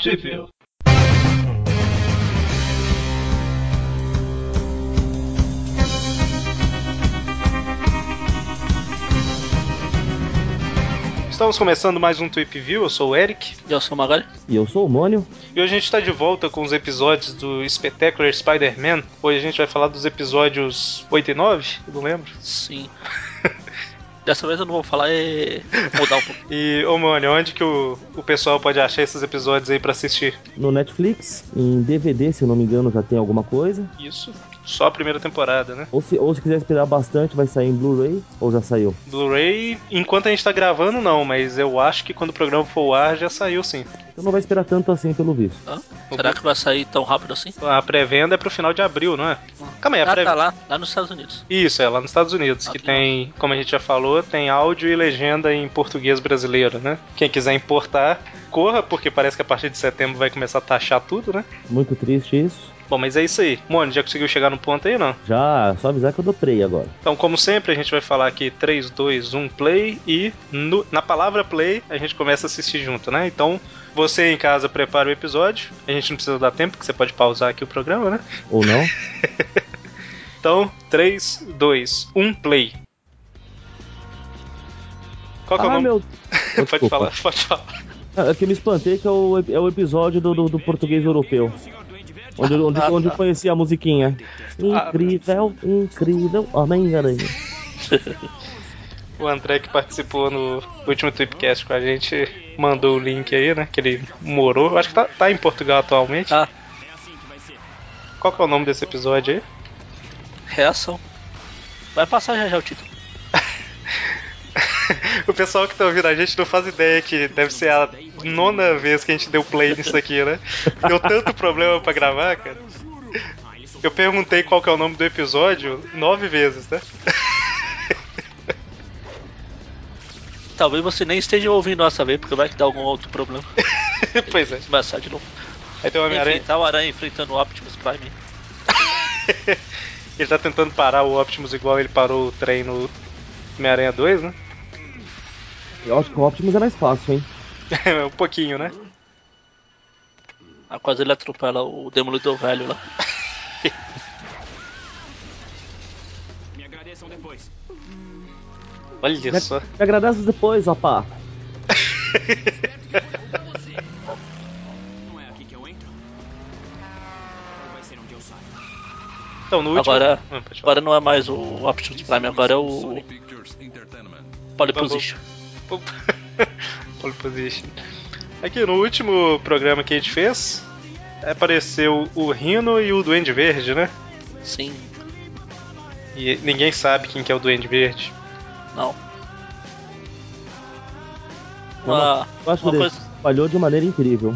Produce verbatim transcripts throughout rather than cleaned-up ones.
Tweepville. Estamos começando mais um Tweepville, eu sou o Eric. Eu sou o Magali. E eu sou o Mônio. E hoje a gente está de volta com os episódios do Spectacular Spider-Man. Hoje a gente vai falar dos episódios oito e nove, eu não lembro. Sim. Dessa vez eu não vou falar, é mudar um pouco. E, ô Mônio, onde que o, o pessoal pode achar esses episódios aí pra assistir? No Netflix, em D V D, se eu não me engano, já tem alguma coisa. Isso, só a primeira temporada, né? Ou se, ou se quiser esperar bastante, vai sair em Blu-ray, ou já saiu? Blu-ray, enquanto a gente tá gravando, não, mas eu acho que quando o programa for ao ar, já saiu sim. Então não vai esperar tanto assim, pelo visto. Ah, será que vai sair tão rápido assim? A pré-venda é pro final de abril, não é? Calma aí, a Ah, pré... tá lá, lá nos Estados Unidos. Isso, é lá nos Estados Unidos, Ah, que que tem, como a gente já falou, tem áudio e legenda em português brasileiro, né? Quem quiser importar, corra, porque parece que a partir de setembro vai começar a taxar tudo, né? Muito triste isso. Bom, mas é isso aí. Mônio, já conseguiu chegar no ponto aí, não? Já, só avisar que eu dou play agora. Então, como sempre, a gente vai falar aqui três, dois, um, play, e no, na palavra play a gente começa a assistir junto, né? Então, você em casa prepara o episódio. A gente não precisa dar tempo, porque você pode pausar aqui o programa, né? Ou não? Então, três, dois, um, play. Qual que é o Ah, nome? meu... pode Desculpa. falar, pode falar. Ah, é que eu me espantei que é o, é o episódio do, do, do português europeu. Onde, onde, Ah, onde tá. eu conheci a musiquinha. Incrível, incrível, Homem-Aranha. O André, que participou no último Tweepcast com a gente, mandou o link aí, né? Que ele morou. Eu acho que tá, tá em Portugal atualmente. Ah, Qual que é o nome desse episódio aí? reação. Vai passar já já o título. O pessoal que tá ouvindo a gente não faz ideia que deve ser a nona vez que a gente deu play nisso aqui, né? Deu tanto problema pra gravar, cara. Eu perguntei qual que é o nome do episódio nove vezes, né? Talvez você nem esteja ouvindo essa vez, porque vai que dá algum outro problema. Pois é. Começar de novo. Aí tem o Homem-Aranha. Enfim, tá o Aranha enfrentando o Optimus Prime. Ele tá tentando parar o Optimus igual ele parou o trem no Homem-Aranha dois, né? Eu acho que o Optimus é mais fácil, hein? Um pouquinho, né? Ah, quase ele atropela o Demolidor velho lá. Me agradeçam depois. Olha Me, só. me agradece depois, rapá. Não é aqui que eu entro? Ou vai ser onde eu saio? Então, no último... Agora, Ah, pode falar. agora não é mais o Optimus Prime, agora é o Pole Position. Pole Position. Aqui no último programa que a gente fez, apareceu o Rhino e o Duende Verde, né? Sim, E ninguém sabe quem que é o Duende Verde. não. Não, Uma, Eu acho que uma ele coisa. falhou de maneira incrível.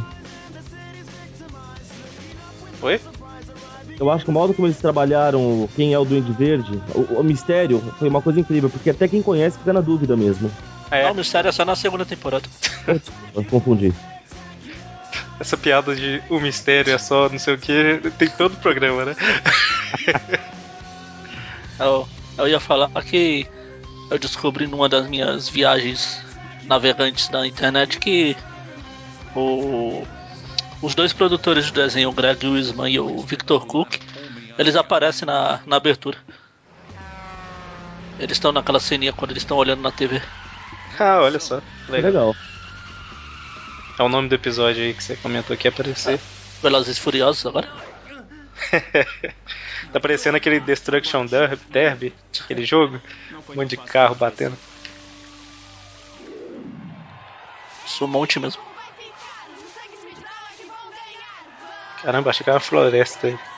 Oi? Eu acho que o modo como eles trabalharam quem é o Duende Verde, o, o mistério, foi uma coisa incrível, porque até quem conhece fica na dúvida mesmo. É, Não, o mistério é só na segunda temporada. Eu confundi. essa piada de o mistério é só não sei o que, tem todo o programa, né? Eu, eu ia falar que eu descobri numa das minhas viagens navegantes da internet que o, os dois produtores do desenho, o Greg Wiseman e o Victor Cook, eles aparecem na, na abertura. Eles estão naquela ceninha quando eles estão olhando na T V. Ah, olha só. Legal. Legal. É o nome do episódio aí que você comentou aqui aparecer. Velozes e Furiosos agora. Tá parecendo aquele Destruction Der- Derby, aquele jogo. Um monte de carro batendo. Isso um monte mesmo. Caramba, achei que era uma floresta aí.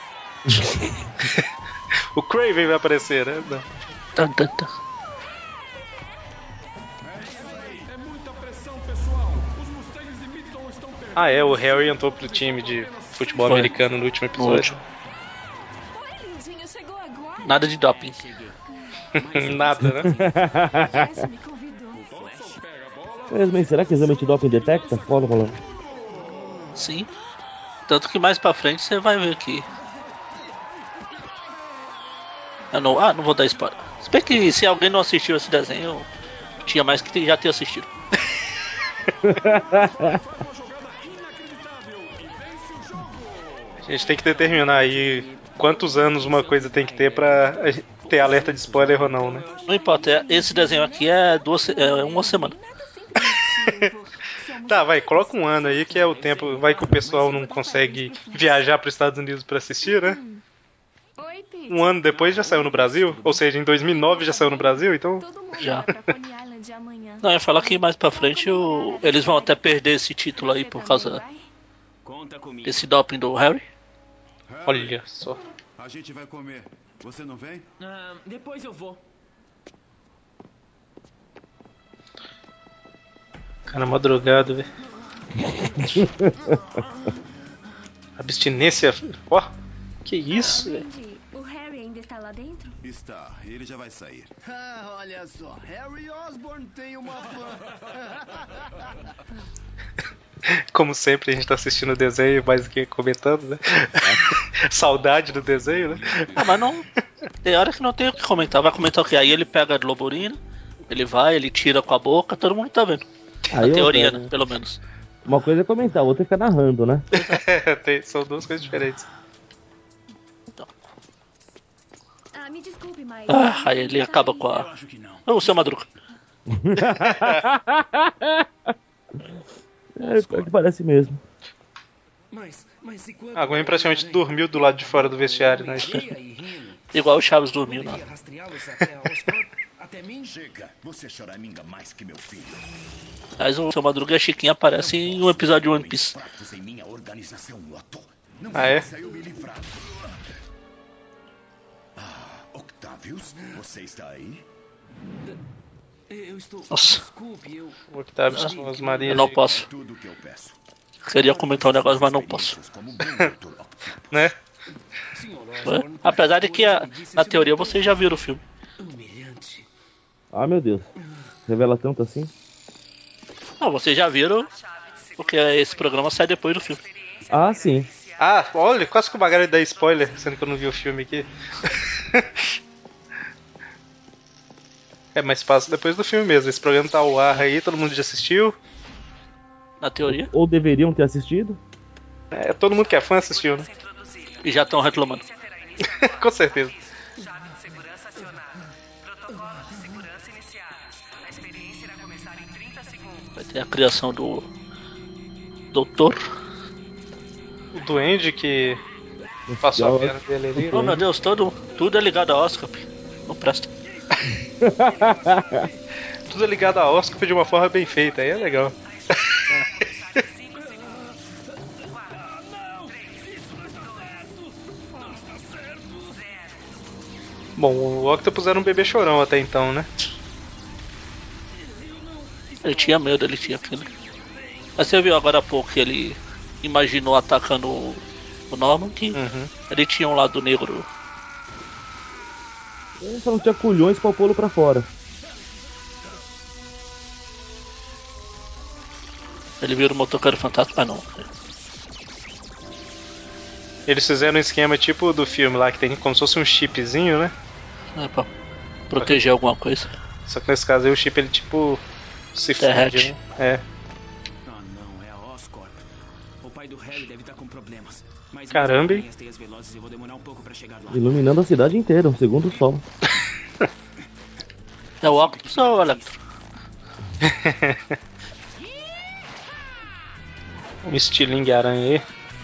O Kraven vai aparecer, né? Não. Tan, tan, tan. É muita pressão, pessoal. Os Mustangs de Midtown estão perdendo. Ah, é, o Harry entrou pro time de futebol Foi. americano no último No episódio. último. Oi, lindinho, chegou agora? Nada de doping. Nada, né? Jess me convidou. Mas, mas será que exame de doping detecta? Fala, fala. Sim. Tanto que mais pra frente você vai ver que. Eu não, ah, não vou dar spoiler. Se bem que se alguém não assistiu esse desenho, tinha mais que já ter assistido. Uma jogada inacreditável. A gente tem que determinar aí quantos anos uma coisa tem que ter pra ter alerta de spoiler ou não, né? Não importa, é- esse desenho aqui é, duas, se- é uma semana. Tá, vai, coloca um ano aí que é o tempo. Vai que o pessoal não consegue viajar para os Estados Unidos pra assistir, né? Oi, Pete. Um ano depois já saiu no Brasil, ou seja, em dois mil e nove já saiu no Brasil, então. Todo mundo Já. vai pra Coney Island amanhã. Não, eu ia falar que mais pra frente o- eles vão até perder esse título aí Você por também causa vai? Conta comigo. desse doping do Harry. Olha só. A gente vai comer. Você não vem? Ah, depois eu vou. Cara, madrugado, velho. Abstinência. Ó, que isso, velho. Andy, o Harry ainda está lá dentro? Está. Ele já vai sair. Ah, olha só, Harry Osborn tem uma fã. Como sempre, a gente tá assistindo o desenho mais do que comentando, né? Saudade do desenho, né? Ah, mas não. Tem hora que não tem o que comentar. Vai comentar o quê? Aí ele pega a Globorina, ele vai, ele tira com a boca, todo mundo tá vendo. Aí Na eu- teoria, né? Pelo menos. Uma coisa é comentar, outra é ficar narrando, né? Tem- são duas coisas diferentes. Ah, me desculpe, mas... Ah, aí ele Tá acaba aí. com Eu a. acho que não. Ô, seu Madruga. É, pior que parece mesmo. Mas, mas e quando A Gwen praticamente dormiu do lado de fora do vestiário, né? e rindo, Igual o Chaves dormiu, né? poderia rastreá-los até a Oscorp? Até mim? Chega, você choraminga mais que meu filho. Mas o seu Madruga e a Chiquinha aparecem em um episódio de One Piece. Fracos em minha organização, Otto. Não Ah, é? faça eu me livrar. Ah, Octavius, você está aí? Eu estou. Nossa. Desculpe, eu. O Octavius com as Marias. Eu não de- posso. Tudo o que eu peço. Queria comentar um negócio, mas não posso. Experiências como bom doutor Octopus. Né? Senhor É. Osborn, Apesar de que, a- me disse na esse teoria, doutor vocês já viram o filme. Humilhante. Ah, meu Deus. Revela tanto assim? Não, vocês já viram, porque esse programa sai depois do filme. Ah, sim. Ah, olha, quase que o Magari dá spoiler, sendo que eu não vi o filme aqui. É, mas passa depois do filme mesmo. Esse programa tá ao ar aí, todo mundo já assistiu. Na teoria. Ou deveriam ter assistido? É, todo mundo que é fã assistiu, né? E já estão reclamando. Com certeza. Chave de segurança acionada. Protocolos de segurança iniciados. A experiência irá começar em trinta segundos. Vai ter a criação do Doutor. O Duende que passou a perna dele ali. Oh meu Deus, todo, tudo é ligado a Oscar. Não presta. Tudo é ligado a Oscar de uma forma bem feita, aí é legal. Bom, o Octopus era um bebê chorão até então, né? Ele tinha medo, ele tinha aquilo. Mas você viu agora há pouco que ele imaginou atacando o, o Norman, que Uhum. ele tinha um lado negro. Ele só não tinha culhões pra pô-lo pra fora. Ele vira o motoqueiro fantasma. Ah não. Eles fizeram um esquema tipo do filme lá, que tem como se fosse um chipzinho, né? É pra proteger alguma coisa. Só que nesse caso aí o chip ele tipo se Derrete. funde, né? É. Ah, não, é a Oscorp. O pai do Harry deve estar com problemas. Mas Caramba, hein? as teias velozes, eu vou demorar um pouco pra chegar lá. Iluminando a cidade inteira, um segundo o sol. É o Octopus ou o Electro? Um estilingue aranha aí.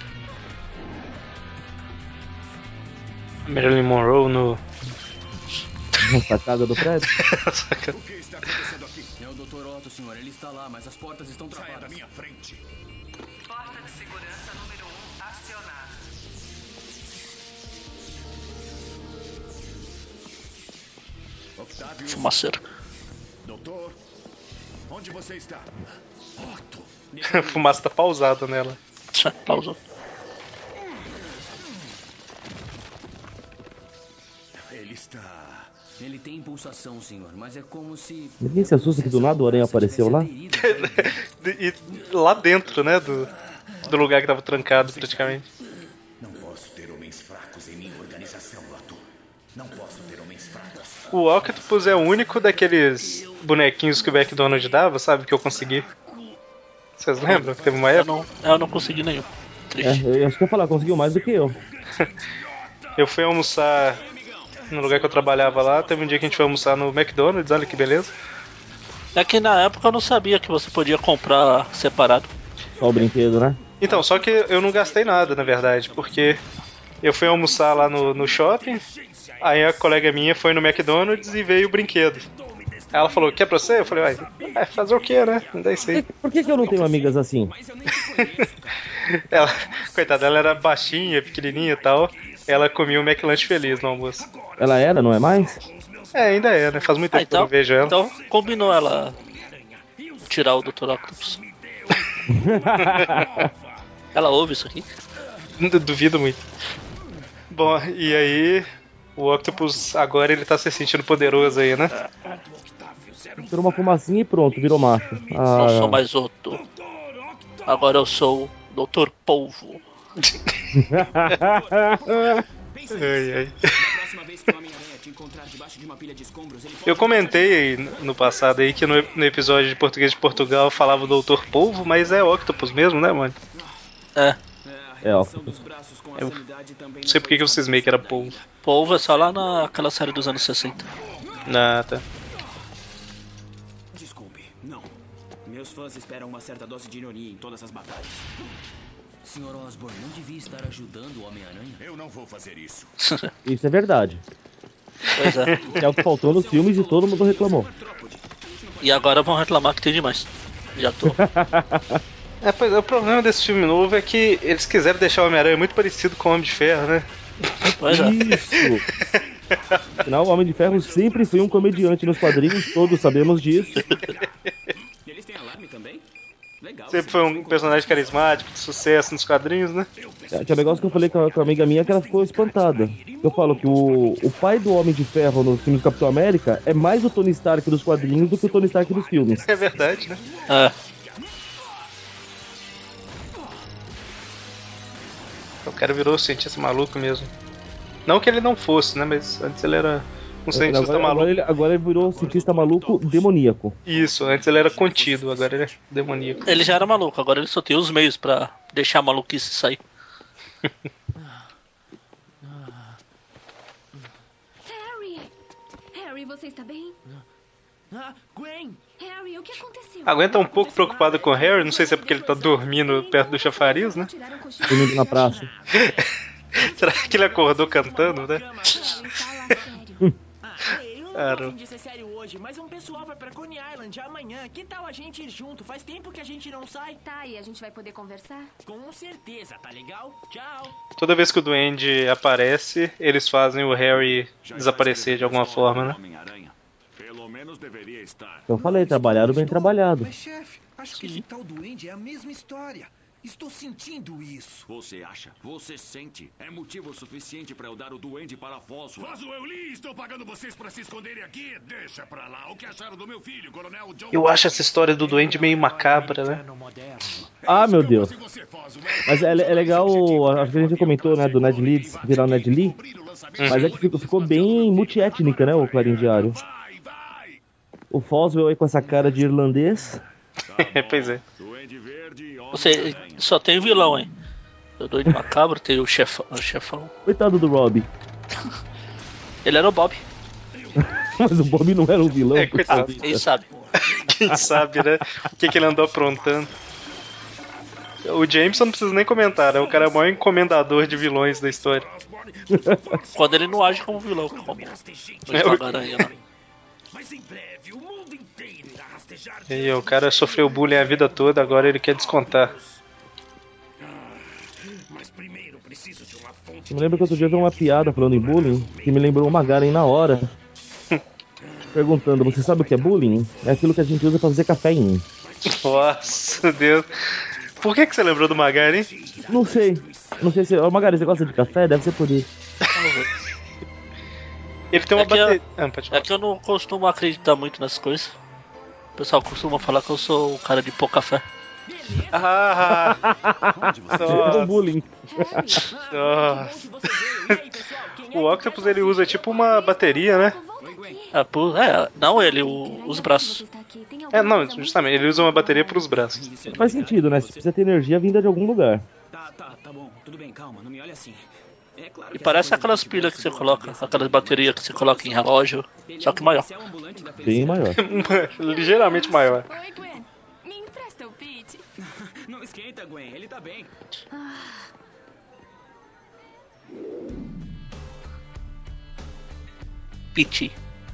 Marilyn Monroe no. Na sacada do prédio. O que está acontecendo aqui? É o doutor Otto, senhor. Ele está lá, mas as portas estão Saia da travadas. minha frente. Porta de segurança número um acionada. Octavius, Fumaceiro. doutor, onde você está? Otto. A fumaça tá pausada nela. Pausou. Ele está... Ele tem pulsação, senhor, mas é como se... Ninguém se assusta que do nada o aranha apareceu lá? E, e lá dentro, né? Do, do lugar que tava trancado praticamente. Não posso ter homens fracos em minha organização, Otto. Não posso ter homens fracos. O Octopus é o único daqueles bonequinhos que o McDonald's dava, sabe? Que eu consegui. Vocês lembram? Que teve uma Eu época? não, eu não consegui nenhum. triste. É, eu acho que eu ia falar, conseguiu mais do que eu. Eu fui almoçar no lugar que eu trabalhava lá. Teve um dia que a gente foi almoçar no McDonald's, olha que beleza. É que na época eu não sabia que você podia comprar separado. Só o brinquedo, né? Então, só que eu não gastei nada, na verdade, porque eu fui almoçar lá no, no shopping, aí a colega minha foi no McDonald's e veio o brinquedo. Aí ela falou, quer pra você? Eu falei, uai, é, fazer o quê, né? Não dá isso aí. Por que, que eu não tenho amigas assim? Ela, coitada, ela era baixinha, pequenininha e tal, ela comia o McLanche feliz no almoço. Ela era, não é mais? É, ainda é, né? Faz muito tempo Ah, então, que eu não vejo ela. então combinou ela tirar o doutor Octopus. Ela ouve isso aqui? Duvido muito. Bom, e aí o Octopus agora ele tá se sentindo poderoso aí, né? Tirou uma fumacinha e pronto, virou macho. Ah, Não sou mais Otto. Agora eu sou o doutor Polvo. Ai, ai. Eu comentei no passado aí que no, no episódio de Português de Portugal falava o doutor Polvo, mas é Octopus mesmo, né, mano? É. É, ó. Eu não sei por que que eu cismei que era Polvo. Polvo é só lá naquela série dos anos sessenta. Ah, tá. Desculpe, não. Meus fãs esperam uma certa dose de ironia em todas as batalhas. senhor Osborn não devia estar ajudando o Homem-Aranha? Eu não vou fazer isso. Isso é verdade. Pois é. É o que faltou nos filmes e todo mundo reclamou. E agora vão reclamar que tem demais. Já tô. É, pois é, o problema desse filme novo é que eles quiseram deixar o Homem-Aranha muito parecido com o Homem de Ferro, né? Pois é. Isso! Afinal, o Homem de Ferro sempre foi um comediante nos quadrinhos, todos sabemos disso. Eles têm alarme também? Legal. Sempre foi um personagem carismático, de sucesso nos quadrinhos, né? É, tinha um negócio que eu falei com a, com a amiga minha que ela ficou espantada. Eu falo que o, o pai do Homem de Ferro nos filmes do Capitão América é mais o Tony Stark dos quadrinhos do que o Tony Stark dos filmes. É verdade, né? É. O cara virou cientista maluco mesmo. Não que ele não fosse, né? Mas antes ele era um cientista agora, maluco. agora, ele, agora ele virou cientista maluco demoníaco. Isso, antes ele era contido, agora ele é demoníaco. Ele já era maluco, agora ele só tem os meios pra deixar a maluquice sair. Harry! Harry, você está bem? Ah, Gwen! Harry, o que aconteceu? A Gwen tá um pouco preocupada com o Harry, não sei se é porque ele tá dormindo perto do chafariz, né? Dormindo na praça. Será que ele acordou cantando, né? Harry, fala sério. Ei, eu não Cara. tô a fim de ser sério hoje, mas um pessoal vai pra Coney Island amanhã. Que tal a gente ir junto? Faz tempo que a gente não sai. Tá, e a gente vai poder conversar? Com certeza, tá legal? Tchau. Toda vez que o Duende aparece, eles fazem o Harry desaparecer de alguma forma, né? Pelo menos deveria estar. Eu falei, trabalhado bem trabalhado. Mas, chefe, acho que esse tal duende é a mesma história. Estou sentindo isso. Você acha? Você sente? É motivo suficiente para eu dar o duende para Foswell. Foswell Lee, estou pagando vocês para se esconderem aqui. Deixa pra lá. O que acharam do meu filho, Coronel John? Eu acho essa história do Duende meio macabra, né? Ah, meu Deus. Mas é, é legal, acho que a gente já comentou, né, do Ned Leeds virar o Ned Lee. Mas é que ficou, ficou bem multiétnica, né, o Clarim Diário. O Foswell aí com essa cara de irlandês. Pois é. Você só tem vilão, hein? O Doido Macabro tem o chefão. O chefão. Coitado do Rob. Ele era o Bob. Mas o Bob não era um vilão. É, coitado. Quem sabe? Quem sabe, né? O que, que ele andou aprontando. O Jameson não precisa nem comentar, né? O cara é o maior encomendador de vilões da história. Quando ele não age como vilão, como o É, o- Homem-Aranha lá. Mas em breve o mundo inteiro irá rastejar. E o cara sofreu bullying a vida toda, agora ele quer descontar. Mas primeiro preciso de uma fonte. Eu me lembro que outro dia eu vi uma piada falando em bullying que me lembrou uma Magaren na hora. Perguntando, você sabe o que é bullying? É aquilo que a gente usa pra fazer café em mim. Nossa, Deus. Por que, que você lembrou do Magari, hein? Não sei. Não sei se... Ô, Magaren, você gosta de café? Deve ser por isso. Ele tem uma É que eu- bateria. Ah, pode É falar. que eu não costumo acreditar muito nessas coisas. O pessoal costuma falar que eu sou o cara de pôr café. Ah, É um bullying. Harry, nossa. você veio. E aí, pessoal? Quem é O Octopus ele usa tipo uma bateria, né? volta aqui. É, pô, é, não ele, o- os braços. Você está aqui. Tem É, alguma não, coisa muito justamente, ele usa uma bateria pros braços. Faz sentido, né? Você precisa ter energia vinda de algum lugar. Tá, tá, tá bom. Tudo bem, calma. Não me olha assim. É claro E que parece essa coisa aquelas de pilhas que você futebol coloca, cabeça aquelas dele, baterias que você coloca em relógio, ele só é que um maior. policial ambulante da Bem felicidade. maior. Ligeiramente maior. Oi, Gwen. Me empresta o Pete. Não esquenta, Gwen. Ele tá bem. Piti.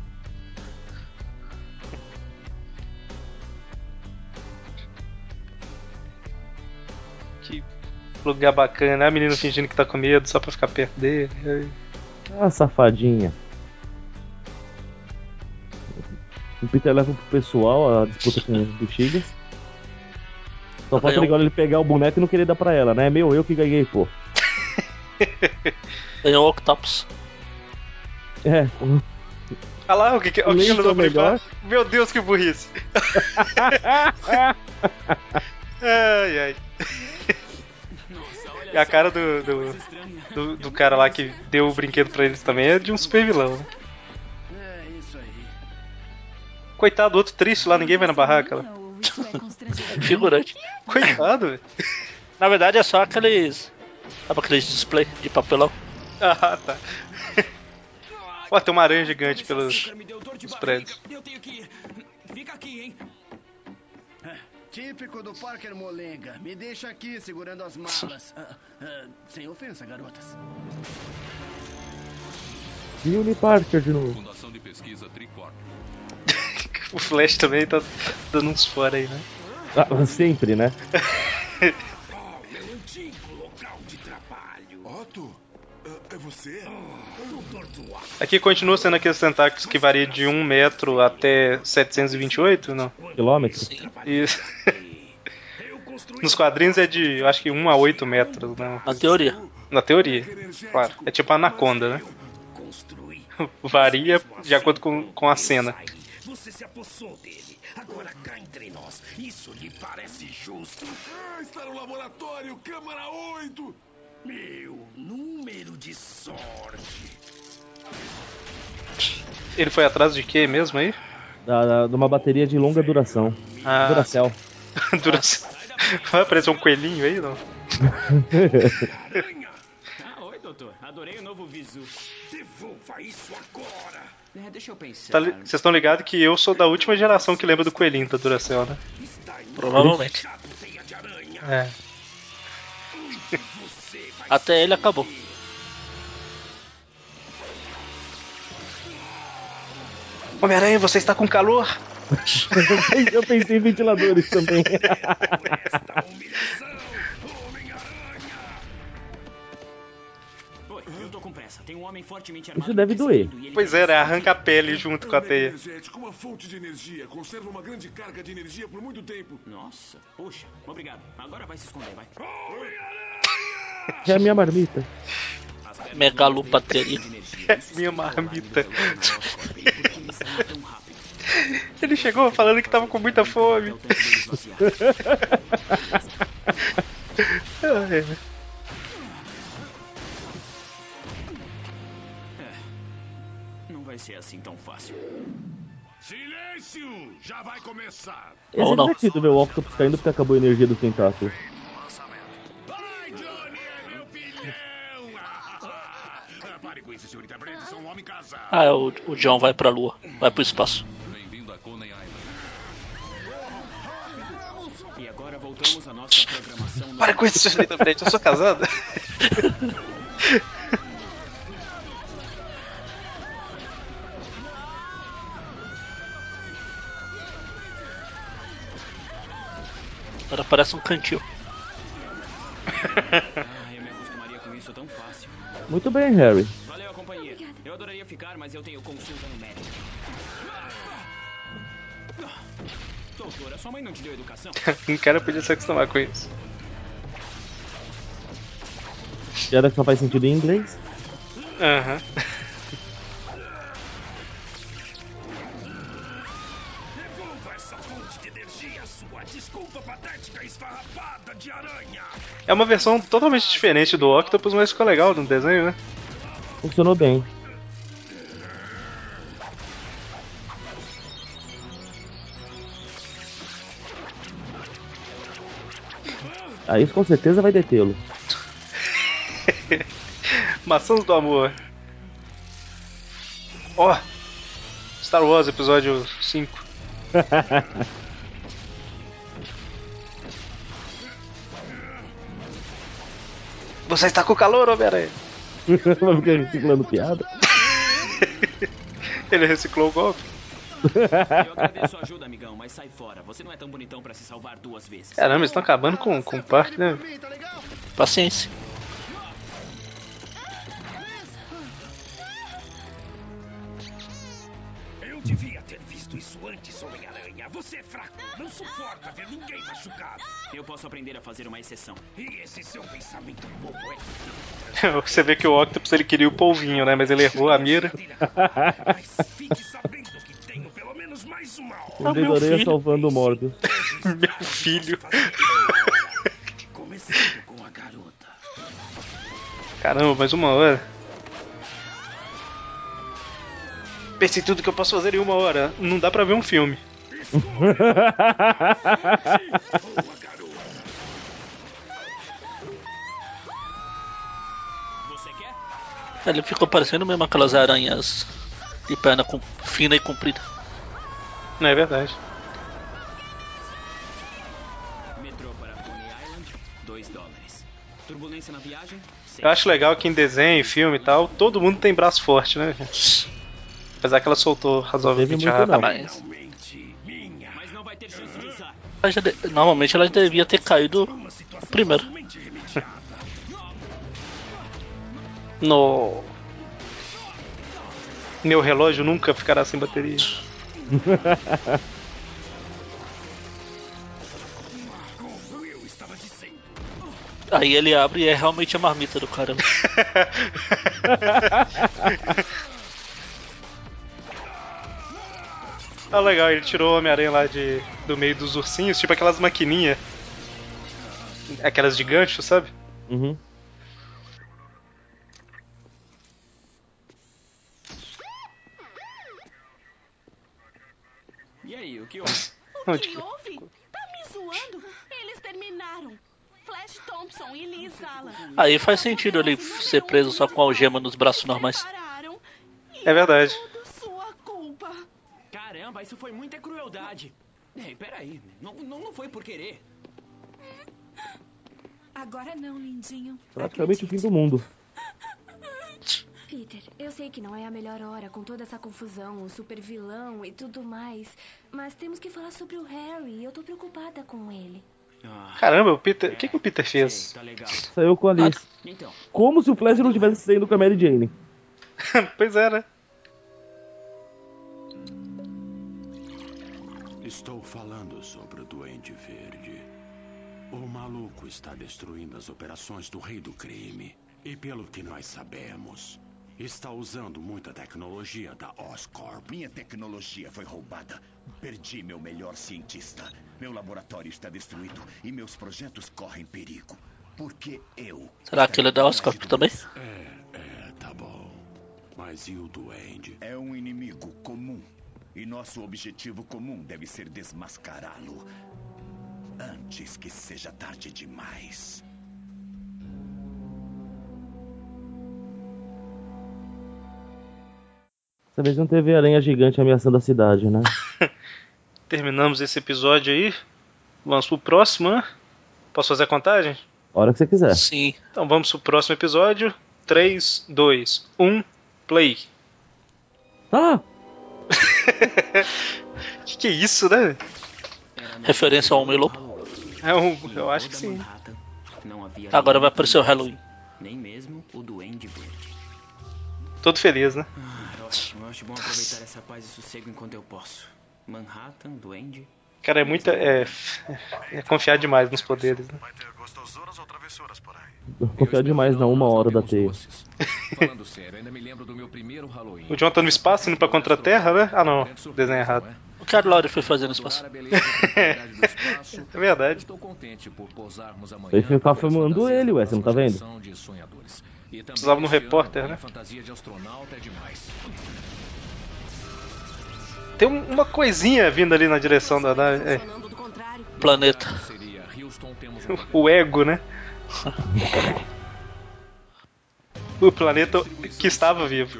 Que lugar bacana. A menina fingindo que tá com medo só pra ficar perto dele. Ah, safadinha. O Peter leva pro pessoal a disputa com os bexigas. Só falta Ganhou. legal ele pegar o boneco e não querer dar pra ela, né? Meu, eu que ganhei, pô. Ganhou o Octopus. É. Olha lá, o que, que, o que Lento ele usou pra melhor. limpar? Meu Deus, que burrice. Ai, ai. Nossa, olha E a só. cara do, do, Coisa estranha. do, do cara lá que deu o brinquedo pra eles também é de um super vilão, né? É isso aí. Coitado, outro triste lá, ninguém vai na barraca lá. Ou isso é constrangedor? Figurante. Coitado, velho. Na verdade é só aqueles. Sabe aqueles display de papelão? Ah, tá. Ó, tem uma aranha gigante Todo esse pelos, açúcar me deu dor de pelos barriga. prédios. Eu tenho que ir. Fica aqui, hein? Típico do Parker Molenga. Me deixa aqui segurando as malas. Ah, ah, sem ofensa, garotas. Jimmy Parker de novo. Fundação de Pesquisa Tricorp. O Flash também tá dando uns fora aí, né? Ah, sempre, né? Oh, meu antigo local de trabalho. Otto? É você? Doutor Duarte. Aqui continua sendo aqueles tentáculos que varia de um metro até setecentos e vinte e oito, não? Quilômetro. Isso. Nos quadrinhos é de, eu acho que um a oito metros, né? Na teoria. Na teoria, claro. É tipo a Anaconda, né? Varia de acordo com, com a cena. Você se apossou dele. Agora cá entre nós. Isso lhe parece justo? Ah, está no laboratório, câmara oito. Meu número de sorte. Ele foi atrás de quê mesmo aí? Da, da- de uma bateria de longa duração. Ah, Duracell. Duração. Vai aparecer um coelhinho aí, não? Ah, oi, doutor. Adorei o novo visu. Devolva isso agora. É, deixa eu pensar. Tá li- Vocês estão ligados que eu sou da última geração que lembra do coelhinho da Duracell, né? Provavelmente. Teia de aranha. É. Você vai Até ele acabou. Homem-Aranha, você está com calor? Eu pensei em ventiladores também. esta humilhação, Homem-Aranha. Oi, eu tô com pressa. Tem um homem fortemente armado. Isso deve me doer. perseguindo e ele Pois quer é, né? me Arranca a pele junto com a teia. Energético, uma fonte de energia. Conserva uma grande carga de energia por muito tempo. Nossa, puxa, obrigado. Agora vai se esconder, vai. Homem-Aranha! É a minha marmita. As pernas Megalo do meu bateria. têm de energia. Isso Minha explica o alarme do marmita. relógio na Oscorp. E por que ele saiu tão rápido? Ele chegou falando que tava com muita fome. Até o tanque dele esvaziar. Não vai ser assim tão fácil. Silêncio! Já vai começar. É Ou não. divertido ver o Octopus caindo porque acabou a energia do tentáculo. Vai, Johnny, é meu filhão! Ah, pare com isso, senhorita Brand, sou um homem casado. Ah, é, o, o John vai pra lua. Vai pro espaço. Bem-vindo a Coney Island. E agora voltamos à nossa programação. Para com isso, senhorita Brett, eu sou casado. Agora parece um cantil. Ah, eu me acostumaria com isso tão fácil. Muito bem, Harry. Valeu a companhia. Eu adoraria ficar, mas eu tenho consulta no médico. Doutora, sua mãe não te deu educação? Um cara podia se acostumar com isso. Piada que só faz sentido em inglês. Aham. Devolva essa fonte de energia, sua desculpa patética esfarrapada de aranha. É uma versão totalmente diferente do Octopus, mas ficou legal no desenho, né? Funcionou bem. Ah, isso com certeza vai detê-lo. Maçãs do amor. Ó, oh, Star Wars episódio cinco. Você está com calor, Homem-Aranha? Vai ficar reciclando piada. Ele reciclou o golpe. Eu agradeço a ajuda, amigão, mas sai fora. Você não é tão bonitão pra se salvar duas vezes. Caramba, eles estão acabando com, com o parque, né? Paciência. Eu devia ter visto isso antes, Homem-Aranha. Você é fraco, não suporta ver ninguém machucado. Eu posso aprender a fazer uma exceção. E esse seu pensamento bobo é... Você vê que o Octopus ele queria o polvinho, né? Mas ele errou a mira. Mas fique sabendo que tenho pelo menos mais uma hora. O Dedoreia salvando o Morbius. Meu filho. Começando com a garota. Caramba, mais uma hora. Pensei tudo que eu posso fazer em uma hora. Não dá pra ver um filme. Você quer? Ele ficou parecendo mesmo aquelas aranhas de perna com, fina e comprida. Não é verdade. Metrô para Coney Island, dois dólares. Turbulência na viagem, seis. Eu acho legal que em desenho, filme e tal, todo mundo tem braço forte, né? Apesar que ela soltou razoavelmente muito, rápido. não. Mas, Mas não vai ter chance de usar. ela já de- normalmente ela devia ter caído primeiro. No... Meu relógio nunca ficará sem bateria. Como eu estava dizendo. Aí ele abre e é realmente a marmita do caramba. Ah, legal, ele tirou o Homem-Aranha lá de, do meio dos ursinhos, tipo aquelas maquininhas. Aquelas de gancho, sabe? Uhum. E aí, o que houve? O que houve? Tá me zoando? Eles terminaram. Flash Thompson e Liz Alan. Aí faz sentido ele ser preso só com a algema nos braços normais. É verdade. Tudo sua culpa. Caramba, isso foi muita crueldade. Ei, peraí, não, não, não foi por querer. Agora não, lindinho. Praticamente o fim do mundo. Peter, eu sei que não é a melhor hora com toda essa confusão, o super vilão e tudo mais. Mas temos que falar sobre o Harry e eu tô preocupada com ele. Ah, Caramba, o Peter. O que, que o Peter sei, fez? tá legal. Saiu com a Liz. Então, Como se o Flash não estivesse saindo com a Mary Jane. Pois é, né? Estou falando sobre o Duende Verde. O maluco está destruindo as operações do Rei do Crime. E pelo que nós sabemos, está usando muita tecnologia da Oscorp. Minha tecnologia foi roubada. Perdi meu melhor cientista. Meu laboratório está destruído e meus projetos correm perigo. Porque eu... Será que ele é da Oscorp também? É, é, tá bom. Mas e o Duende? É um inimigo comum. E nosso objetivo comum deve ser desmascará-lo. Antes que seja tarde demais. Dessa vez não teve aranha gigante ameaçando a cidade, né? Terminamos esse episódio aí. Vamos pro próximo, né? Posso fazer a contagem? Hora que você quiser. Sim. Então vamos pro próximo episódio. três, dois, um, play. Ah! Que que é isso, né? Referência ao Homem-Lobo? É um, eu acho que sim. Não havia Agora vai ninguém aparecer o perigoso, Halloween. Nem mesmo o Duende Verde. Todo feliz, né? Ah, eu acho, eu acho bom aproveitar essa paz e sossego enquanto eu posso. Manhattan, Duende... Cara, é muita. É, é confiar demais nos poderes, né? Vai ter gostosuras ou travessuras por aí? Não confia demais na uma hora da teia. Falando sério, ainda me lembro do meu primeiro Halloween. O John tá no espaço indo pra Contra-Terra, né? Ah não, desenho errado. O que a Lore foi fazer no espaço? É verdade. Estou contente por posarmos amanhã. Ele ficar filmando ele, ué, você não tá vendo? De sonhadores. E também Precisava no este repórter, ano, né? minha fantasia de astronauta é demais. Tem um- uma coisinha vindo ali na direção da nave. É. Planeta. Seria Houston Houston, temos um O ego, né? O planeta que estava vivo.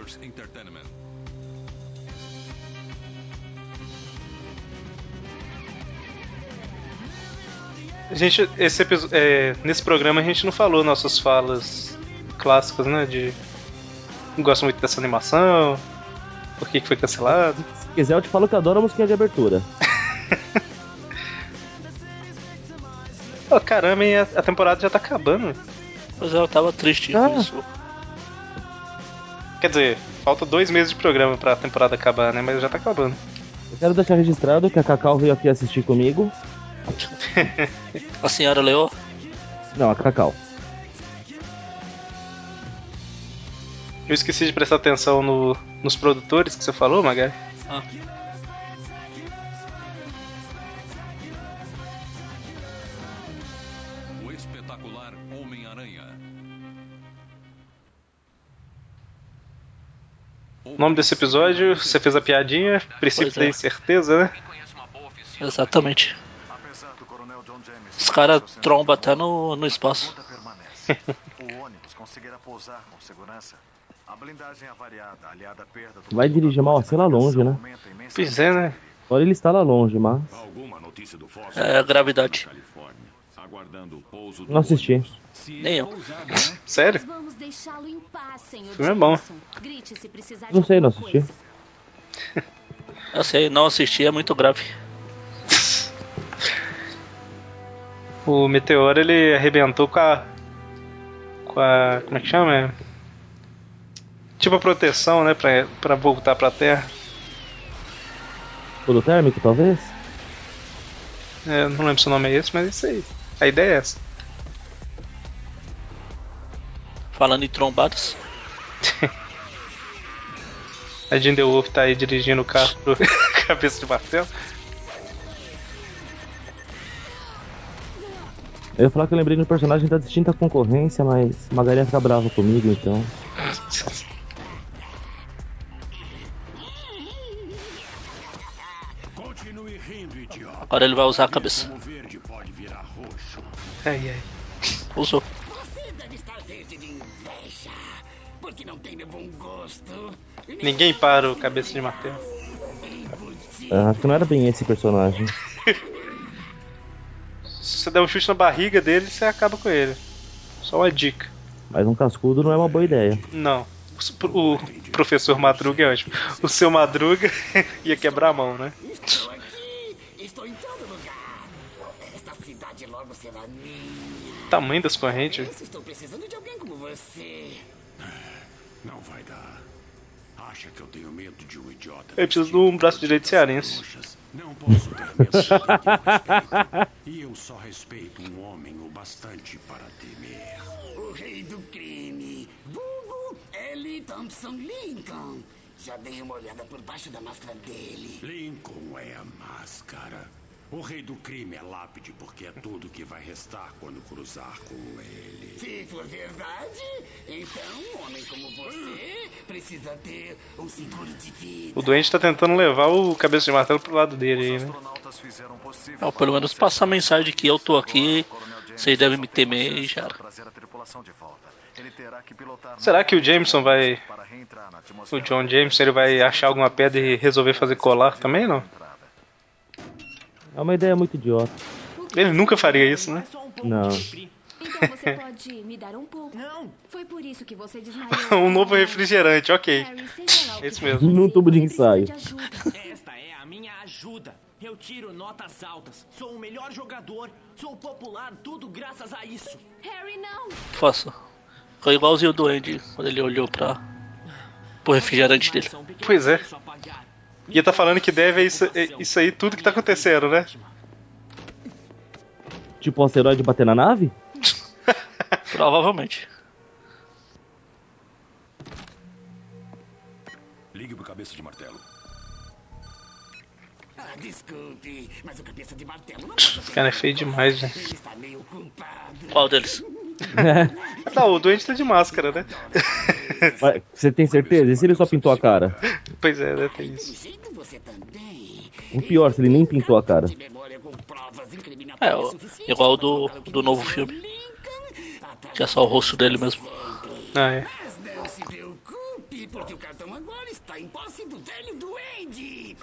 A gente, esse episo- é, nesse programa a gente não falou nossas falas clássicas, né? De não gosto muito dessa animação, por que que foi cancelado. Se quiser, eu te falo que eu adoro a musiquinha de abertura. Oh, caramba, hein, a, a temporada já tá acabando. Pois é, eu tava triste Ah. com isso. Quer dizer, falta dois meses de programa pra temporada acabar, né? Mas já tá acabando. Eu quero deixar registrado que a Cacau veio aqui assistir comigo. A senhora Leo? Não, a Cacau. Eu esqueci de prestar atenção no, nos produtores que você falou, Magari. Ah. O espetacular Homem-Aranha. O nome desse episódio, você fez a piadinha, princípio Pois é. da incerteza, né? Exatamente. Os caras trombam até no, no espaço. O ônibus conseguirá pousar com segurança. A blindagem avariada, aliada à perda do Vai dirigir mal assim lá longe, né? Pois é, né? Olha, ele está lá longe, mas... Alguma notícia do fóssil? É a gravidade. Aguardando o pouso do Não assisti. Nem eu. Sério? Vamos deixá-lo em paz, senhor Filme é bom. Jameson. Grite se precisar de Não sei, não alguma assisti. coisa. Eu sei, não assisti, é muito grave. O meteoro, ele arrebentou com a... Com a... Como é que chama? É... Tipo a proteção, né? Pra, pra voltar pra Terra. Pulo térmico, talvez? É, não lembro se o nome é esse, mas é isso aí. A ideia é essa. Falando em trombadas. A Jean The Wolf tá aí dirigindo o carro pro cabeça de martelo. Eu ia falar que eu lembrei de um personagem da distinta concorrência, mas Magarinha fica brava comigo, então... Continue rindo, idiota. Agora ele vai usar a cabeça. O verde pode virar roxo. Ai, ai. Usou. Você deve estar verde de inveja, porque não tem meu bom gosto. Ninguém para o cabeça de martelo. Ah, acho que não era bem esse personagem. Se você der um chute na barriga dele, você acaba com ele. Só uma dica. Mas um cascudo não é uma boa ideia. Não. O professor Madruga é ótimo. O seu Madruga ia quebrar a mão, né? Estou aqui, estou em todo lugar. Esta cidade logo será minha. Tamanho das correntes. Esse, estou precisando de alguém como você. Não vai dar. Acha que eu tenho medo de um idiota? Eu preciso de um braço direito cearense. Não posso ter medo de respeito. E eu só respeito um homem o bastante para temer. O rei do crime, vulgo L. Thompson Lincoln. Já dei uma olhada por baixo da máscara dele. Lincoln é a máscara. O rei do crime é lápide porque é tudo que vai restar quando cruzar com ele. Se for verdade, então um homem como você precisa ter um seguro de vida. O doente tá tentando levar o cabeça de martelo pro lado dele aí, né? Não, pelo menos passar a mensagem de que eu tô aqui, vocês devem me temer e já era. Será que o Jameson vai... O John Jameson, ele vai achar alguma pedra e resolver fazer colar também, não? É uma ideia muito idiota. Ele nunca faria isso, né? Não. Então você pode me dar um pouco? Não. Foi por isso que você desmaiou. Um novo refrigerante, ok. Harry, seja lá o Esse que mesmo. Num tubo de ensaio. precisa de ajuda. Esta é a minha ajuda. Eu tiro notas altas. Sou o melhor jogador. Sou popular, tudo graças a isso. Harry, não. Faça. Ficou igualzinho o Duende quando ele olhou pra... pro refrigerante dele. Pois é. E ele tá falando que deve é isso, é isso aí tudo que tá acontecendo, né? Tipo o asteroide bater na nave? Provavelmente. Ligue pro cabeça de martelo. Ah, desculpe, mas o cabeça de martelo não pode... Esse cara é feio demais, velho. Ele está meio ocupado. Qual deles? Não, o doente tá de máscara, né? Mas você tem certeza? E se ele só pintou a cara? Pois é, deve ter isso. Jeito você também. O pior, se ele nem pintou a cara. De memória com provas É, ó, igual do, do novo filme. Que é só o rosto dele mesmo. Ah, é. Mas não se preocupe, porque o cartão agora está em posse do velho duende.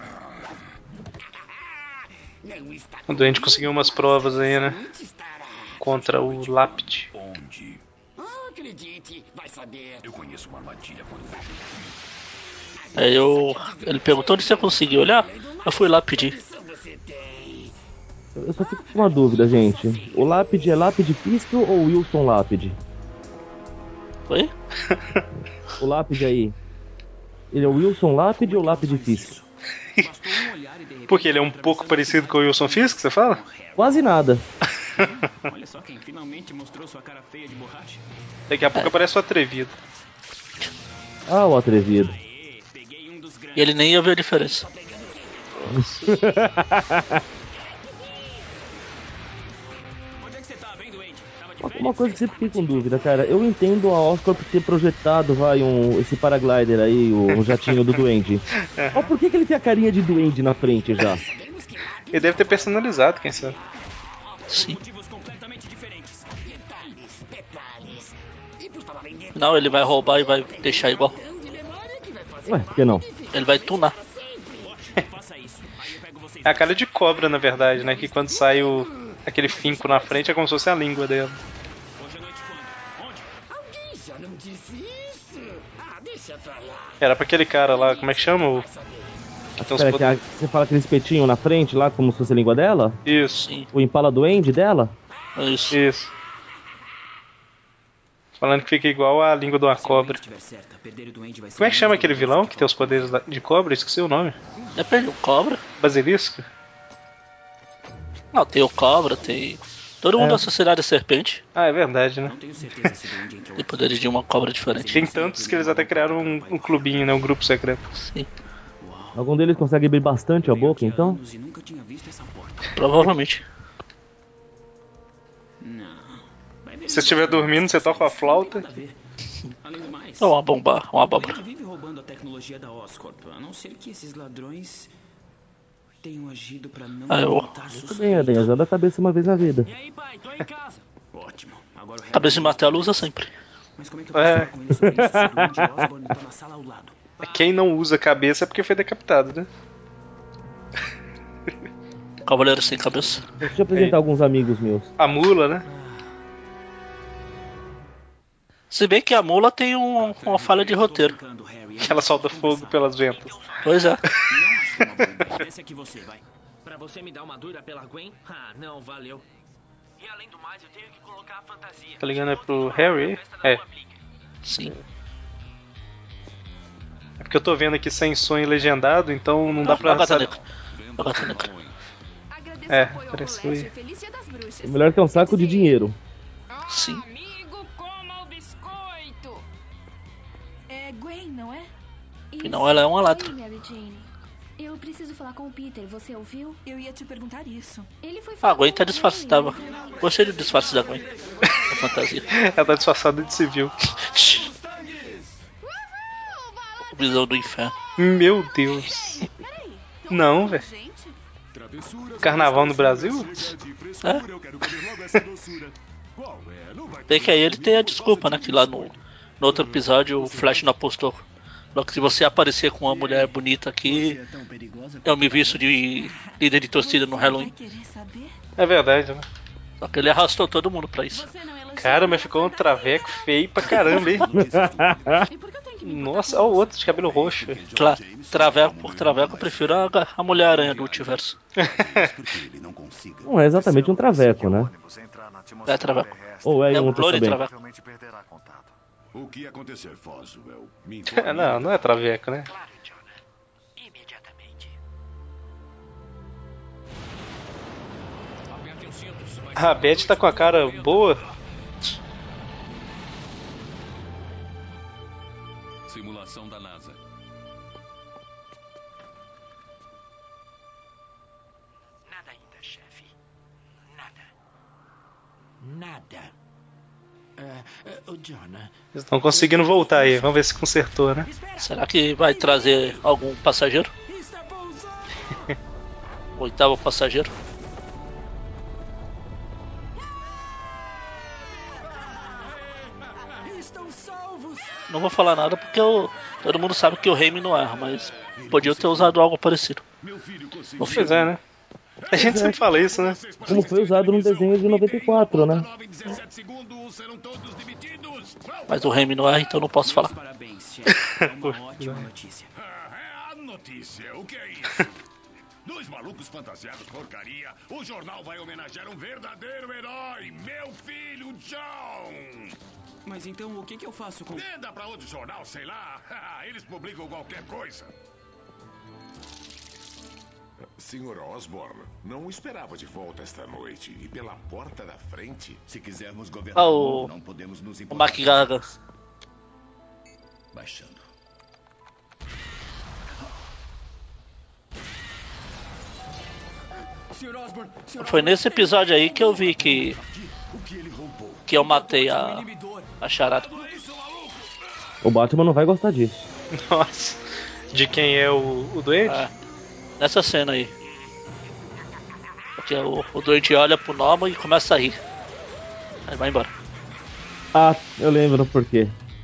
Não está O Duende conseguiu umas provas aí, né? Contra o Lápide. Onde? Acredite, vai saber. Eu conheço uma armadilha quando vejo. Aí eu. Ele perguntou onde você conseguiu olhar. Eu fui lá pedir. Eu só fico com uma dúvida, gente. O Lápide é Lápide Fisk ou Wilson Lápide? Oi? O Lápide aí. Ele é o Wilson Lápide ou Lápide Fisk? Porque ele é um pouco parecido com o Wilson Fisk, você fala? Quase nada. Olha só quem finalmente mostrou sua cara feia de borracha. Daqui a pouco é. aparece o Atrevido. Ah, o Atrevido. E ele nem ia ver a diferença. Uma coisa que sempre fiquei com dúvida, cara. Eu entendo a Oscorp ter projetado, vai, um, esse paraglider aí, o, o jatinho do Duende. Mas por que, que ele tem a carinha de Duende na frente já? Ele deve ter personalizado, quem sabe. Sim. Não, ele vai roubar e vai deixar igual. Ué, por que não? Ele vai tunar. É a cara de cobra, na verdade, né? Que quando sai o, aquele finco na frente é como se fosse a língua dela. Era pra aquele cara lá, como é que chama? O... Espera, que a, você fala aquele espetinho na frente lá, como se fosse a língua dela? Isso. O Impala Duende dela? Isso. Isso. Falando que fica igual a língua de uma cobra. Como é que chama aquele vilão que tem os poderes de cobra? Esqueci o nome. Depende, o cobra? Basilisco? Não, tem o cobra, tem... Todo mundo É. da sociedade é serpente. Ah, é verdade, né? Tem poderes de uma cobra diferente. Tem tantos que eles até criaram um, um clubinho, né? Um grupo secreto. Sim. Algum deles consegue abrir bastante a boca, então? Provavelmente. Se você estiver dormindo, você toca a flauta. É uma bomba, uma abóbora. vive roubando a tecnologia da Oscorp, a não ser que esses ladrões tenham agido para não ah, eu... Muito bem, Aden, usando a cabeça uma vez na vida. E aí, pai, tô em casa. Ótimo. Agora o Cabeça de martelo usa sempre. Mas como é que eu posso falar com ele sobre isso se o Duende Osborn tá na sala ao lado? Quem não usa cabeça é porque foi decapitado, né? Cavaleiro sem cabeça. Deixa eu apresentar é. alguns amigos meus. A mula, né? Se bem que a mula tem um, uma falha de roteiro. Que ela solta fogo pelas ventas. Pois é. Esse aqui você, vai. Pra você me dar uma dura pela Gwen? Ah, não, valeu. E além do mais, eu tenho que colocar a fantasia. Tá ligando é pro Harry? É. Sim. É porque eu tô vendo aqui sem som e legendado, então não dá pra saber. É, parece que o melhor que é um saco de dinheiro. Sim. Amigo, coma o biscoito. É Gwen, não é? Afinal, ela é uma lata. Oi, Mary Jane. Eu preciso falar com o Peter, você ouviu? Eu ia te perguntar isso. Ele foi Ah, a Gwen tá disfarçada. Gostei do disfarce da Gwen. A fantasia. Ela tá disfarçada de civil. Visão do inferno. Meu Deus. Não, velho. Carnaval no Brasil? É. Bem que aí ele tem a desculpa, né? Que lá no, no outro episódio o Flash não apostou. Só que se você aparecer com uma mulher bonita aqui, eu me visto de líder de torcida no Halloween. É verdade, né? Só que ele arrastou todo mundo pra isso. Cara, mas ficou um traveco feio pra caramba, hein? Nossa, olha o outro de cabelo roxo. Claro, traveco por traveco, eu prefiro a, a Mulher-Aranha do Multiverso. Não é exatamente um traveco, né? É traveco. Ou é, é um um clone traveco. O que acontecer, Foswell? Não, não é traveco, né? Claro, Jonah. Imediatamente. A Beth tá com a cara boa. Simulação da NASA. Nada ainda, chefe. Nada. Nada. Uh, uh, Jonah. Eles estão conseguindo voltar aí. Vamos ver se consertou, né? Será que vai trazer algum passageiro? Oitavo passageiro. Não vou falar nada porque eu, todo mundo sabe que o Raimi não erra, mas podia ter usado algo parecido. No Pois filme. é, né? A gente sempre fala isso, né? Como foi usado no desenho de noventa e quatro, né? Mas o Raimi não erra, então não posso falar. Parabéns, chefe. É uma ótima notícia. A notícia, o que é isso? Dois malucos fantasiados porcaria. O jornal vai homenagear um verdadeiro herói, meu filho John. Mas então o que, que eu faço com... Venda pra outro jornal, sei lá. Eles publicam qualquer coisa. senhor Osborn, não o esperava de volta esta noite. E pela porta da frente? Se quisermos governar Ah, o o, mundo, não podemos nos o importar. Mac Gaga. Baixando. senhor Osborn, senhor Foi nesse episódio aí que eu vi que O que ele roubou? que eu matei a a charada. O Batman não vai gostar disso. Nossa. De quem é o, o doente? É, nessa cena aí. Porque o, o doente olha pro Norman e começa a rir. Aí vai embora. Ah, eu lembro por quê.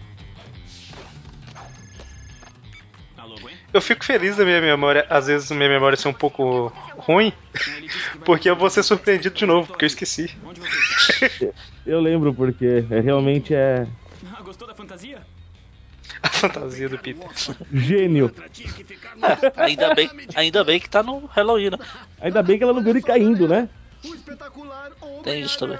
Eu fico feliz da minha memória, às vezes minha memória ser um pouco ruim, porque eu vou ser surpreendido de novo, porque eu esqueci. Eu lembro porque é, realmente é Ah, gostou da fantasia? A fantasia do Peter. gênio. É, ainda bem, ainda bem que tá no Halloween, né? Ainda bem que ela não viu ele caindo, né? Tem isso também.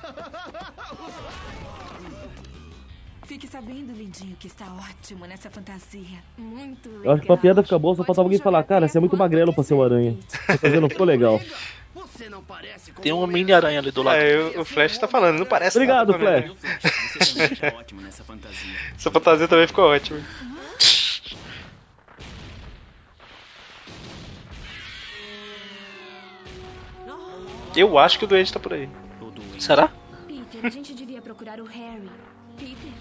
Fique sabendo, lindinho, que está ótimo nessa fantasia. Muito legal. Eu acho que pra piada ficar boa, só faltava alguém falar, cara, você é muito magrelo pra ser o aranha. A fantasia não ficou legal. Tem uma mini aranha ali do lado. É, o, o Flash tá falando, não parece Obrigado, nada com a Flash. Você também está ótimo nessa fantasia. Essa fantasia também ficou ótima. Eu acho que o doente tá por aí. Será? Peter, a gente devia procurar o Harry. Peter?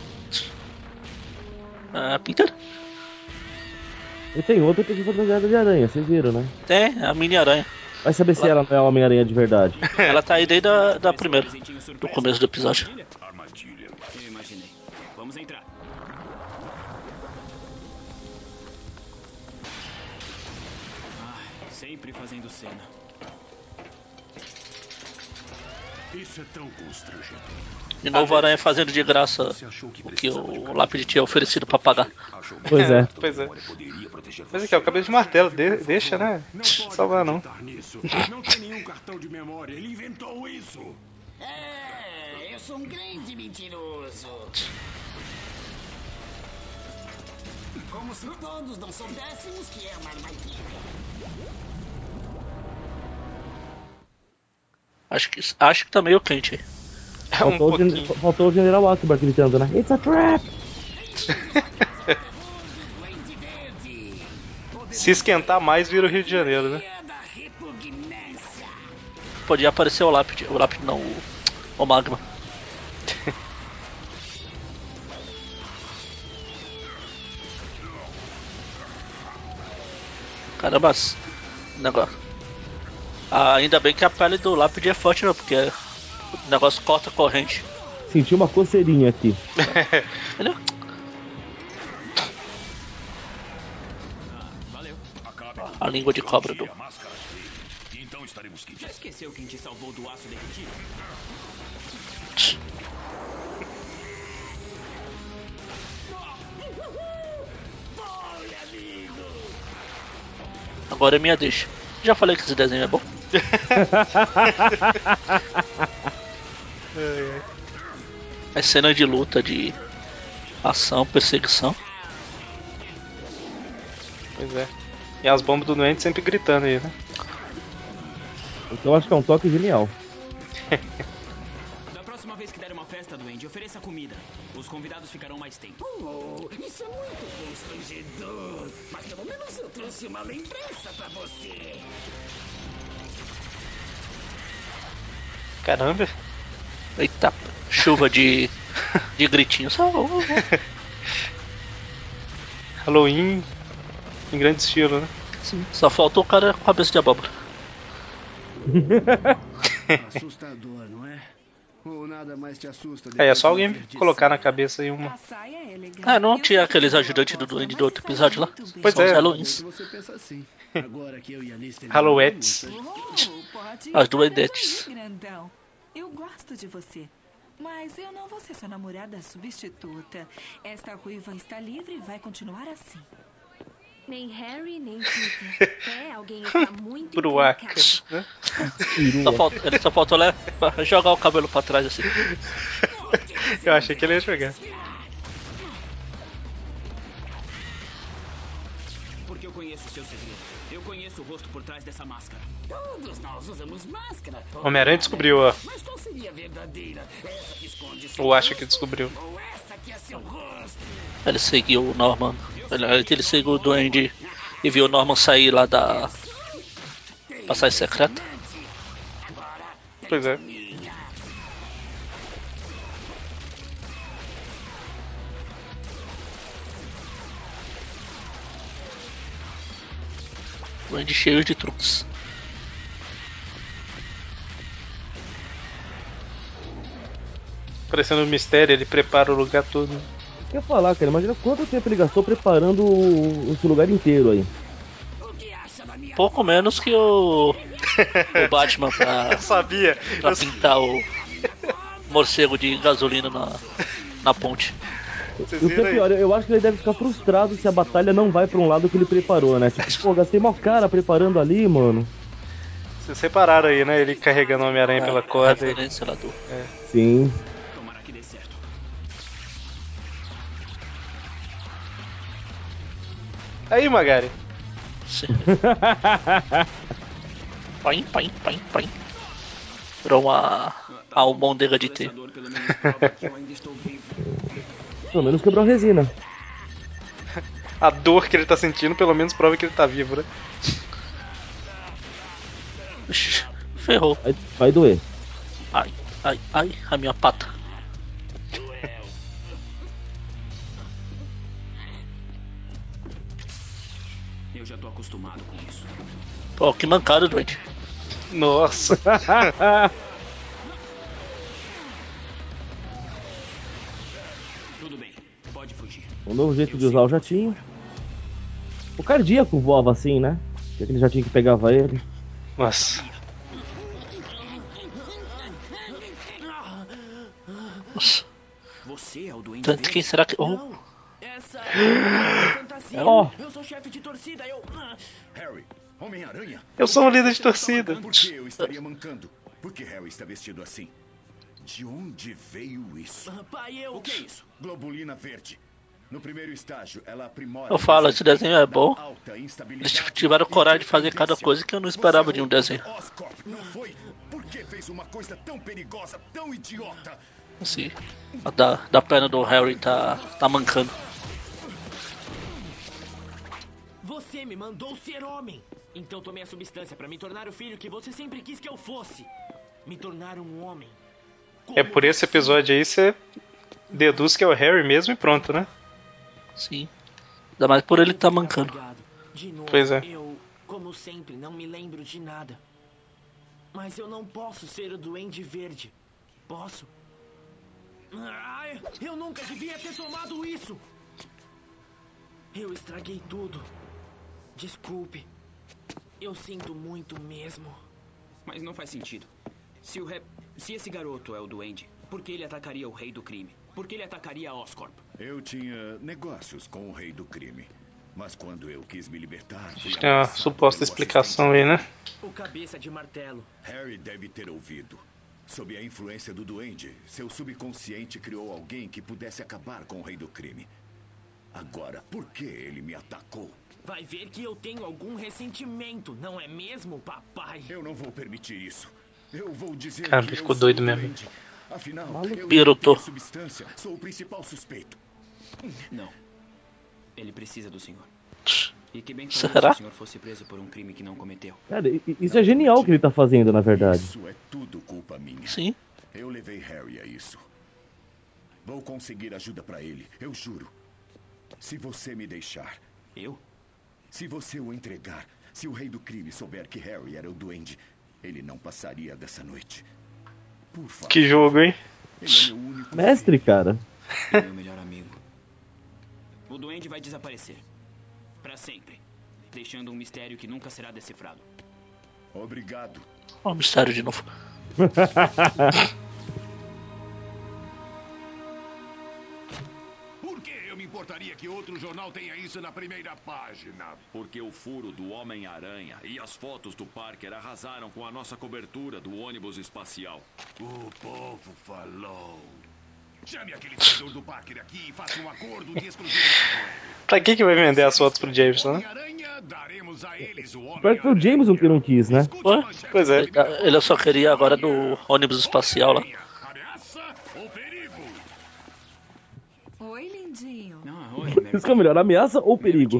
Ah, Peter? E tem outra que é fantasiada de aranha, vocês viram, né? Tem, a mini aranha. Vai saber se ela não é uma Homem-Aranha de verdade. Ela tá aí desde a da primeira, do começo do episódio. Armadilha. Eu imaginei. Vamos entrar. Ai, sempre fazendo cena. Isso é tão constrangedor. De novo a aranha fazendo de graça o que o Lápide tinha oferecido pra pagar. Pois é. Pois é. Mas aqui, ó, o cabelo de martelo, de, deixa, né? Salvar não. Não tem nenhum cartão de memória. Ele inventou isso. É, eu sou um grande mentiroso. Como se todos não soubéssemos que é uma armadilha. Acho que, acho que tá meio quente aí. Faltou, um o, gen faltou o General Akbar gritando, né? It's a trap! Se esquentar mais, vira o Rio de Janeiro, né? Podia aparecer o Lápide, o Lápide não, o, o Magma. Caramba, negócio. Ah, ainda bem que a pele do Lápide é forte, não, porque o negócio corta a corrente. Senti uma coceirinha aqui. Entendeu? Valeu. A língua de cobra do. Então estaremos quites. Já esqueceu quem te salvou do aço derretido? Agora é minha deixa. Já falei que esse desenho é bom. É cena de luta, de ação, perseguição. Pois é. E as bombas do doente sempre gritando aí, né? Então eu acho que é um toque genial. Da próxima vez que der uma festa, Duende, ofereça comida. Os convidados ficarão mais tempo. Oh, isso é muito constrangedor. Mas pelo menos eu trouxe uma lembrança pra você. Caramba. Eita, chuva de, de gritinhos. Halloween em grande estilo, né? Sim, só faltou o cara com a cabeça de abóbora. Assustador, não é? Ou nada mais te assusta? É, é só alguém colocar na cabeça aí uma. Ah, não tinha aqueles ajudantes do Duende do outro episódio lá? Pois São é. os Halloweens. Você pensa assim. Agora que eu e a Liz Hallowettes. As duendetes. Grandão, eu gosto de você. Mas eu não vou ser sua namorada substituta. Esta ruiva está livre e vai continuar assim. Nem Harry, nem Peter. É, alguém está muito Bruaca, encrencado. né? Só falta, ele só faltou lá pra jogar o cabelo pra trás assim. Eu achei que ele ia jogar. Porque eu conheço o seu segredo. Eu conheço o rosto por trás dessa máscara. Todos nós usamos máscara. Homem-Aranha descobriu, ó. Mas qual seria a verdadeira? Essa que esconde seu Ou acha que rosto? descobriu. Ou essa que é seu rosto? Ele seguiu o Norman. Ele, ele seguiu o Duende e viu o Norman sair lá da passagem secreta. Pois é. Duende cheio de truques. Parecendo um mistério, ele prepara o lugar todo. O que eu ia falar, cara? Imagina quanto tempo ele gastou preparando o- esse lugar inteiro aí. Pouco menos que o, o Batman pra, Eu sabia. pra Eu pintar o morcego de gasolina na, na ponte. Vocês E o que viram é aí? pior, eu acho que ele deve ficar frustrado se a batalha não vai pra um lado que ele preparou, né? Tipo, pô, gastei mó cara preparando ali, mano. Vocês repararam aí, né? Ele carregando o Homem-Aranha pela corda. E... Referência lá do... É. Sim. Tomara que dê certo. Aí, Magari. Sim. Paim, paim, paim, paim. Virou uma a almôndega de T. Pelo menos quebrou a resina. A dor que ele tá sentindo, pelo menos prova que ele tá vivo, né? Ixi, ferrou. Vai, vai doer. Ai, ai, ai, a minha pata. Eu já tô acostumado com isso. Pô, que mancada, doente. Nossa. Tudo bem, pode fugir. Um novo jeito de usar o jatinho. O cardíaco voava assim, né? Que aquele jatinho que pegava ele. Nossa. Nossa. Você é o Duende Tanto Verde? quem será que... Oh. Não, essa é uma fantasia. Ó. Eu sou chefe de torcida, eu... Harry, Homem-Aranha? Eu sou um líder de torcida. Por que eu estaria mancando? Por que Harry está vestido assim? De onde veio isso? Pai, eu... O que é isso? Globulina verde. No primeiro estágio, ela aprimora... Eu falo, esse desenho é bom. alta Eles instabilidade tiveram coragem de e fazer cada dependência. coisa que eu não esperava Você de um roubou desenho. da Oscorp, não foi? Por que fez uma coisa tão perigosa, tão idiota? Assim, a da, da perna do Harry tá, tá mancando. Você me mandou ser homem. Então tomei a substância pra me tornar o filho que você sempre quis que eu fosse. Me tornar um homem. É por esse episódio aí você deduz que é o Harry mesmo e pronto, né? Sim. Ainda mais por ele tá mancando. De novo, Pois é. eu, como sempre, não me lembro de nada. Mas eu não posso ser o Duende Verde. Posso? Ai, eu nunca devia ter tomado isso. Eu estraguei tudo. Desculpe. Eu sinto muito mesmo. Mas não faz sentido. Se o rap... Se esse garoto é o Duende, por que ele atacaria o Rei do Crime? Por que ele atacaria a Oscorp? Eu tinha negócios com o Rei do Crime. Mas quando eu quis me libertar, fui Tem uma ameaçado suposta pelo explicação aí, né? O cabeça de martelo. Harry deve ter ouvido. Sob a influência do Duende, seu subconsciente criou alguém que pudesse acabar com o Rei do Crime. Agora, por que ele me atacou? Vai ver que eu tenho algum ressentimento, não é mesmo, papai? Eu não vou permitir isso. Eu vou dizer Cara, que ele eu ficou sou doido o mesmo. Duende. Afinal, eu Pirotou. inventei a substância. Sou o principal suspeito. Não. Ele precisa do senhor. E que bem Será? faria se o senhor fosse preso por um crime que não cometeu. Cara, i- i- isso é genial o que ele tá fazendo, na verdade. Isso é tudo culpa minha. Sim. Eu levei Harry a isso. Vou conseguir ajuda pra ele, eu juro. Se você me deixar. Eu? Se você o entregar, se o Rei do Crime souber que Harry era o Duende, ele não passaria dessa noite. Que jogo, hein? Mestre, cara. É meu melhor amigo. O duende vai desaparecer. Pra sempre. Deixando um mistério que nunca será decifrado. Obrigado. Ó, o mistério de novo. Por que eu me importaria que outro jornal tenha isso na primeira página? Porque o furo do Homem-Aranha e as fotos do Parker arrasaram com a nossa cobertura do ônibus espacial. O povo falou. Chame aquele traidor do Parker aqui e faça um acordo de exclusividade com ele. Pra que que vai vender as fotos pro Jameson, né? Parece que foi o Jameson que não quis, né? Ué? Pois é. Ele só queria agora do ônibus espacial lá. Oi, lindinho. Isso que é melhor, ameaça ou perigo?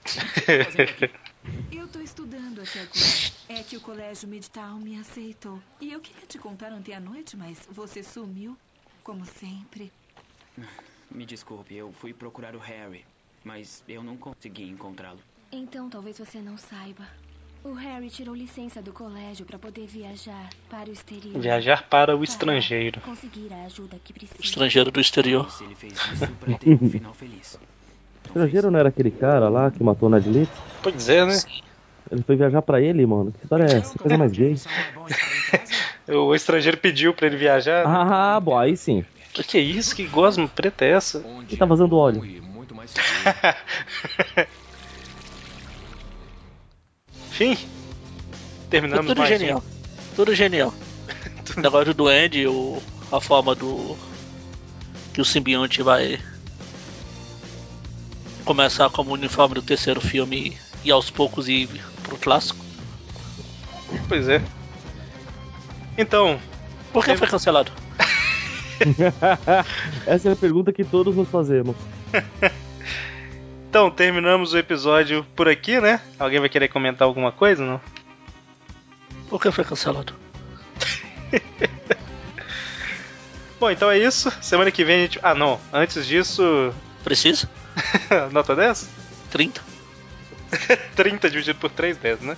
Eu tô estudando aqui agora. É que o colégio Midtown me aceitou. E eu queria te contar ontem à noite, mas você sumiu, como sempre. Me desculpe, eu fui procurar o Harry, mas eu não consegui encontrá-lo. Então talvez você não saiba. O Harry tirou licença do colégio para poder viajar para o exterior. Viajar para o estrangeiro. Conseguir a ajuda que precisa. Estrangeiro do exterior. Ele fez isso pra ter um final feliz. Estrangeiro não era aquele cara lá que matou o Ned Leeds? Pois é, né? Ele foi viajar pra ele, mano. Que história é essa? Coisa mais gay. O estrangeiro pediu pra ele viajar. Ah, bom, aí sim. Que que é isso? Que gosma preta é essa? Ele tá vazando óleo. Enfim, terminamos Tudo mais genial. um. Tudo genial. O negócio do duende, o, a forma do... que o simbionte vai... começar como uniforme do terceiro filme e aos poucos ir pro clássico. Pois é. Então... Por que foi cancelado? Essa é a pergunta que todos nos fazemos. Então, terminamos o episódio por aqui, né? Alguém vai querer comentar alguma coisa, não? Por que foi cancelado? Bom, então é isso. Semana que vem a gente... Ah, não. Antes disso... Precisa? Nota dez? trinta. trinta dividido por três, dez, né?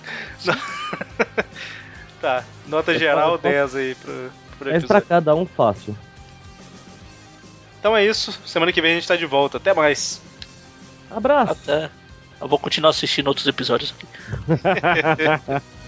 Tá. Nota geral, dez aí pro, pro episódio. dez pra cada um, fácil. Então é isso. Semana que vem a gente tá de volta. Até mais. Abraço. Até. Eu vou continuar assistindo outros episódios aqui.